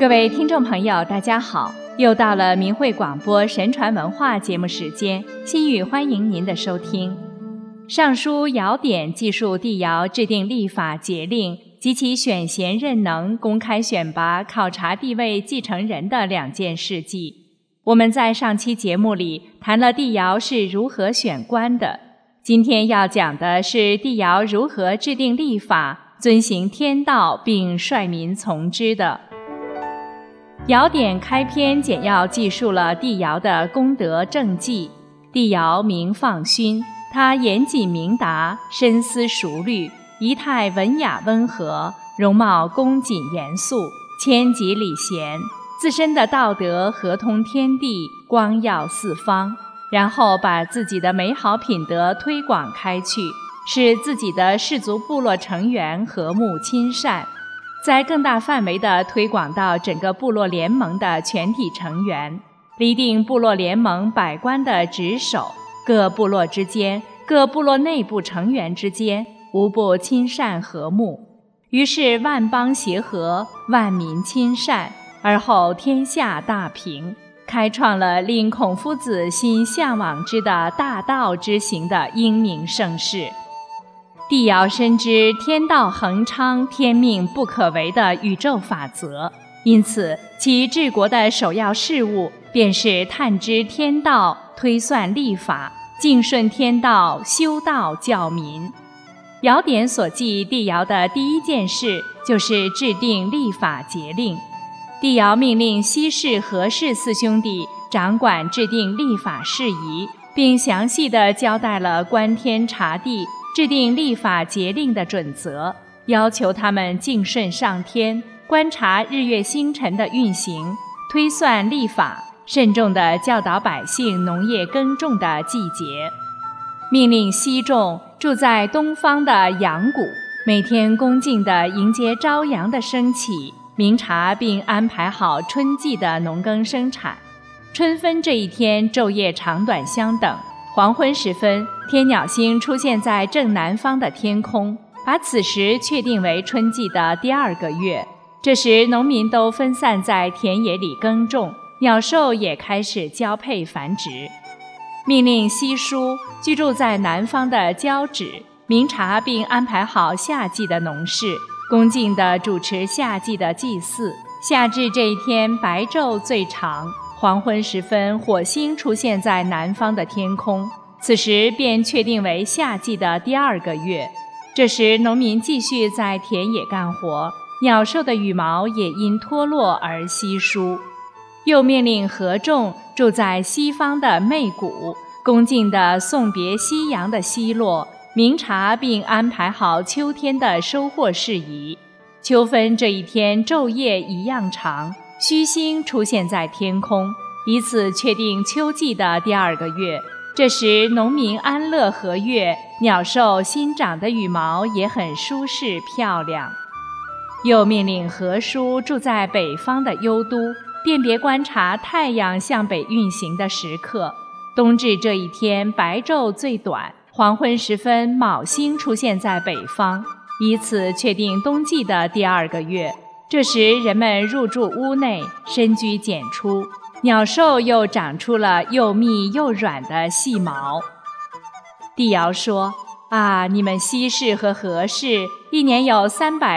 各位听众朋友，大家好，又到了明慧广播神传文化节目时间，心语欢迎您的收听。上书尧典记述帝尧制定立法节令及其选贤任能、公开选拔、考察帝位继承人的2件事迹。我们在上期节目里谈了帝尧是如何选官的，今天要讲的是帝尧如何制定立法，遵行天道并率民从之的。尧典开篇简要记述了帝尧的功德政绩。帝尧名放勋，他严谨明达，深思熟虑，仪态文雅温和，容貌恭谨严肃，谦己礼贤，自身的道德合通天地，光耀四方，然后把自己的美好品德推广开去，使自己的氏族部落成员和睦亲善，在更大范围地推广到整个部落联盟的全体成员，厘定部落联盟百官的职守，各部落之间、各部落内部成员之间无不亲善和睦，于是万邦协和，万民亲善，而后天下大平，开创了令孔夫子心向往之的大道之行的英明盛世。帝尧深知天道恒昌、天命不可违的宇宙法则，因此其治国的首要事务便是探知天道、推算历法、敬顺天道、修道教民。尧典所记帝尧的第一件事就是制定立法节令。帝尧命令西氏、何氏4兄弟掌管制定立法事宜，并详细地交代了观天察地、制定立法节令的准则，要求他们敬顺上天，观察日月星辰的运行，推算历法，慎重地教导百姓农业耕种的季节。命令西众住在东方的阳谷，每天恭敬地迎接朝阳的升起，明察并安排好春季的农耕生产。春分这一天昼夜长短相等，黄昏时分，天鸟星出现在正南方的天空，把此时确定为春季的第2个月。这时农民都分散在田野里耕种，鸟兽也开始交配繁殖。命令西叔居住在南方的交趾，明察并安排好夏季的农事，恭敬地主持夏季的祭祀。夏至这一天白昼最长，黄昏时分火星出现在南方的天空，此时便确定为夏季的第2个月。这时农民继续在田野干活，鸟兽的羽毛也因脱落而稀疏。又命令何众住在西方的媚谷，恭敬地送别夕阳的西落，明察并安排好秋天的收获事宜。秋分这一天昼夜一样长，虚星出现在天空，以此确定秋季的第2个月。这时农民安乐和悦，鸟兽新长的羽毛也很舒适漂亮。又命令何叔住在北方的幽都，辨别观察太阳向北运行的时刻。冬至这一天白昼最短，黄昏时分卯星出现在北方，以此确定冬季的第2个月。这时人们入住屋内，深居简出，鸟兽又长出了又密又软的细毛。帝尧说：你们西氏和何氏一年有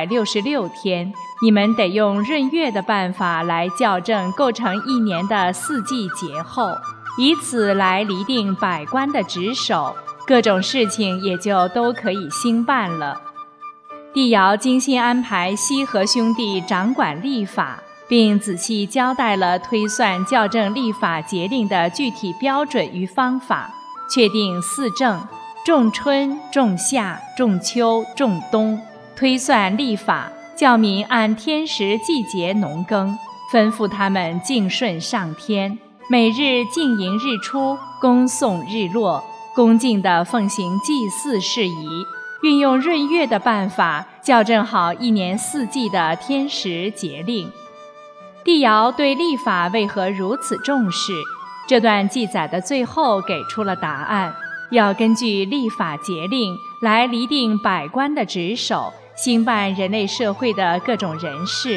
366天，你们得用闰月的办法来校正构成一年的4季节后，以此来厘定百官的职守，各种事情也就都可以兴办了。帝尧精心安排西何兄弟掌管历法，并仔细交代了推算校正历法节令的具体标准与方法，确定4正：仲春、仲夏、仲秋、仲冬，推算历法，教民按天时季节农耕，吩咐他们敬顺上天，每日敬迎日出，恭送日落，恭敬地奉行祭祀事宜，运用闰月的办法，校正好一年4季的天时节令。帝尧对历法为何如此重视？这段记载的最后给出了答案，要根据历法节令来厘定百官的职守，兴办人类社会的各种人事。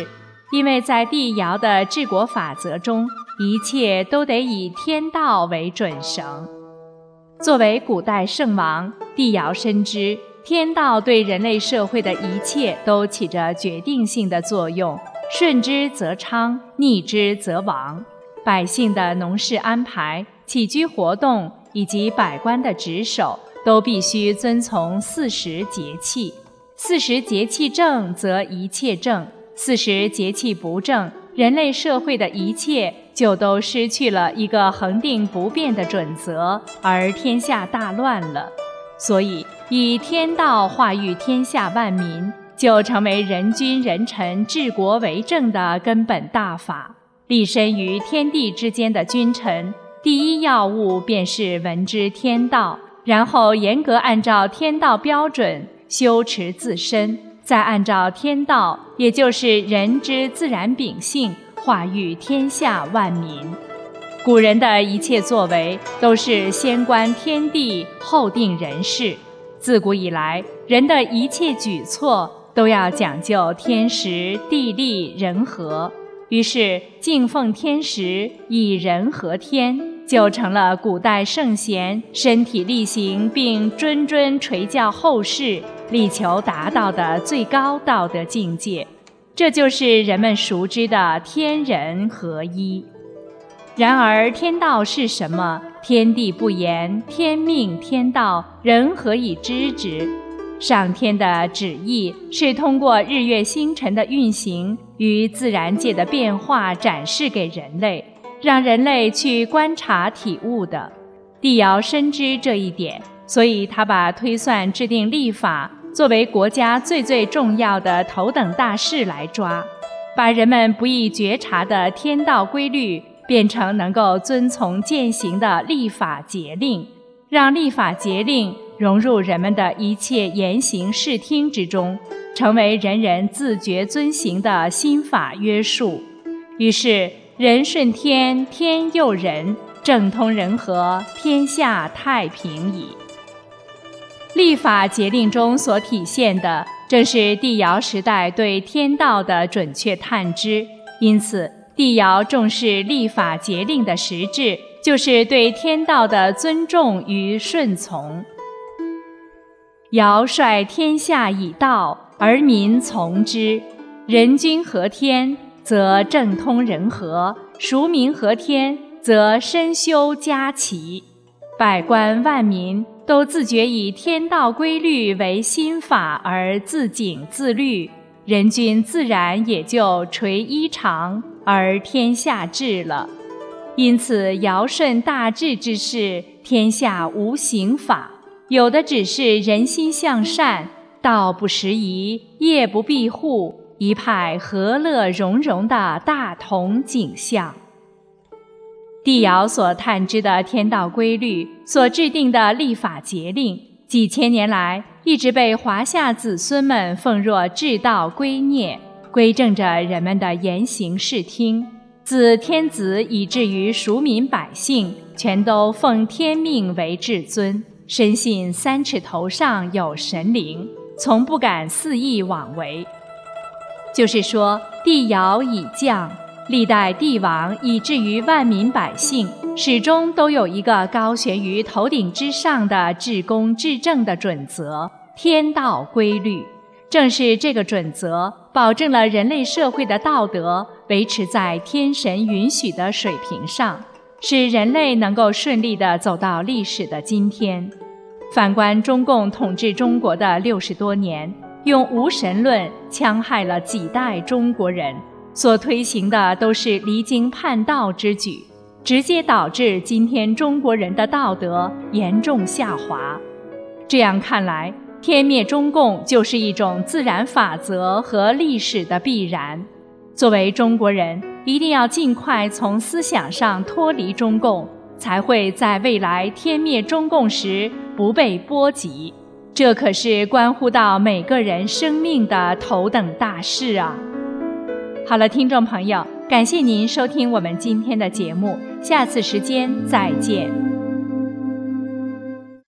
因为在帝尧的治国法则中，一切都得以天道为准绳。作为古代圣王，帝尧深知天道对人类社会的一切都起着决定性的作用，顺之则昌，逆之则亡。百姓的农事安排、起居活动以及百官的职守，都必须遵从40节气。40节气正，则一切正；40节气不正，人类社会的一切就都失去了一个恒定不变的准则，而天下大乱了。所以，以天道化育天下万民，就成为人君人臣治国为政的根本大法。立身于天地之间的君臣，第一要务便是闻之天道，然后严格按照天道标准修持自身，再按照天道，也就是人之自然秉性，化育天下万民。古人的一切作为都是先观天地，后定人事。自古以来，人的一切举措都要讲究天时、地利、人和。于是敬奉天时，以人和天，就成了古代圣贤身体力行并谆谆垂教后世，力求达到的最高道德境界。这就是人们熟知的天人合一。然而天道是什么？天地不言，天命天道，人何以知之？上天的旨意是通过日月星辰的运行与自然界的变化展示给人类，让人类去观察体悟的。帝尧深知这一点，所以他把推算制定历法作为国家最重要的头等大事来抓，把人们不易觉察的天道规律变成能够遵从践行的历法节令，让历法节令融入人们的一切言行视听之中，成为人人自觉遵行的心法约束。于是人顺天，天佑人，政通人和，天下太平矣。历法节令中所体现的，正是帝尧时代对天道的准确探知。因此帝尧重视历法节令的实质，就是对天道的尊重与顺从。尧率天下以道，而民从之。人君和天，则政通人和；庶民和天，则身修家齐。百官万民都自觉以天道规律为心法而自警自律，人君自然也就垂依常，而天下治了。因此尧舜大治之事，天下无刑法，有的只是人心向善，道不拾遗，业不闭户，一派和乐融融的大同景象。帝尧所探知的天道规律，所制定的历法节令，几千年来一直被华夏子孙们奉若至道圭臬，规正着人们的言行视听。自天子以至于庶民百姓，全都奉天命为至尊，深信3尺头上有神灵，从不敢肆意妄为。就是说，帝尧以降，历代帝王以至于万民百姓，始终都有一个高悬于头顶之上的至公至正的准则——天道规律。正是这个准则，保证了人类社会的道德维持在天神允许的水平上，使人类能够顺利地走到历史的今天。反观中共统治中国的60多年，用无神论戕害了几代中国人，所推行的都是离经叛道之举，直接导致今天中国人的道德严重下滑。这样看来，天灭中共就是一种自然法则和历史的必然。作为中国人，一定要尽快从思想上脱离中共，才会在未来天灭中共时不被波及。这可是关乎到每个人生命的头等大事啊！好了，听众朋友，感谢您收听我们今天的节目，下次时间再见。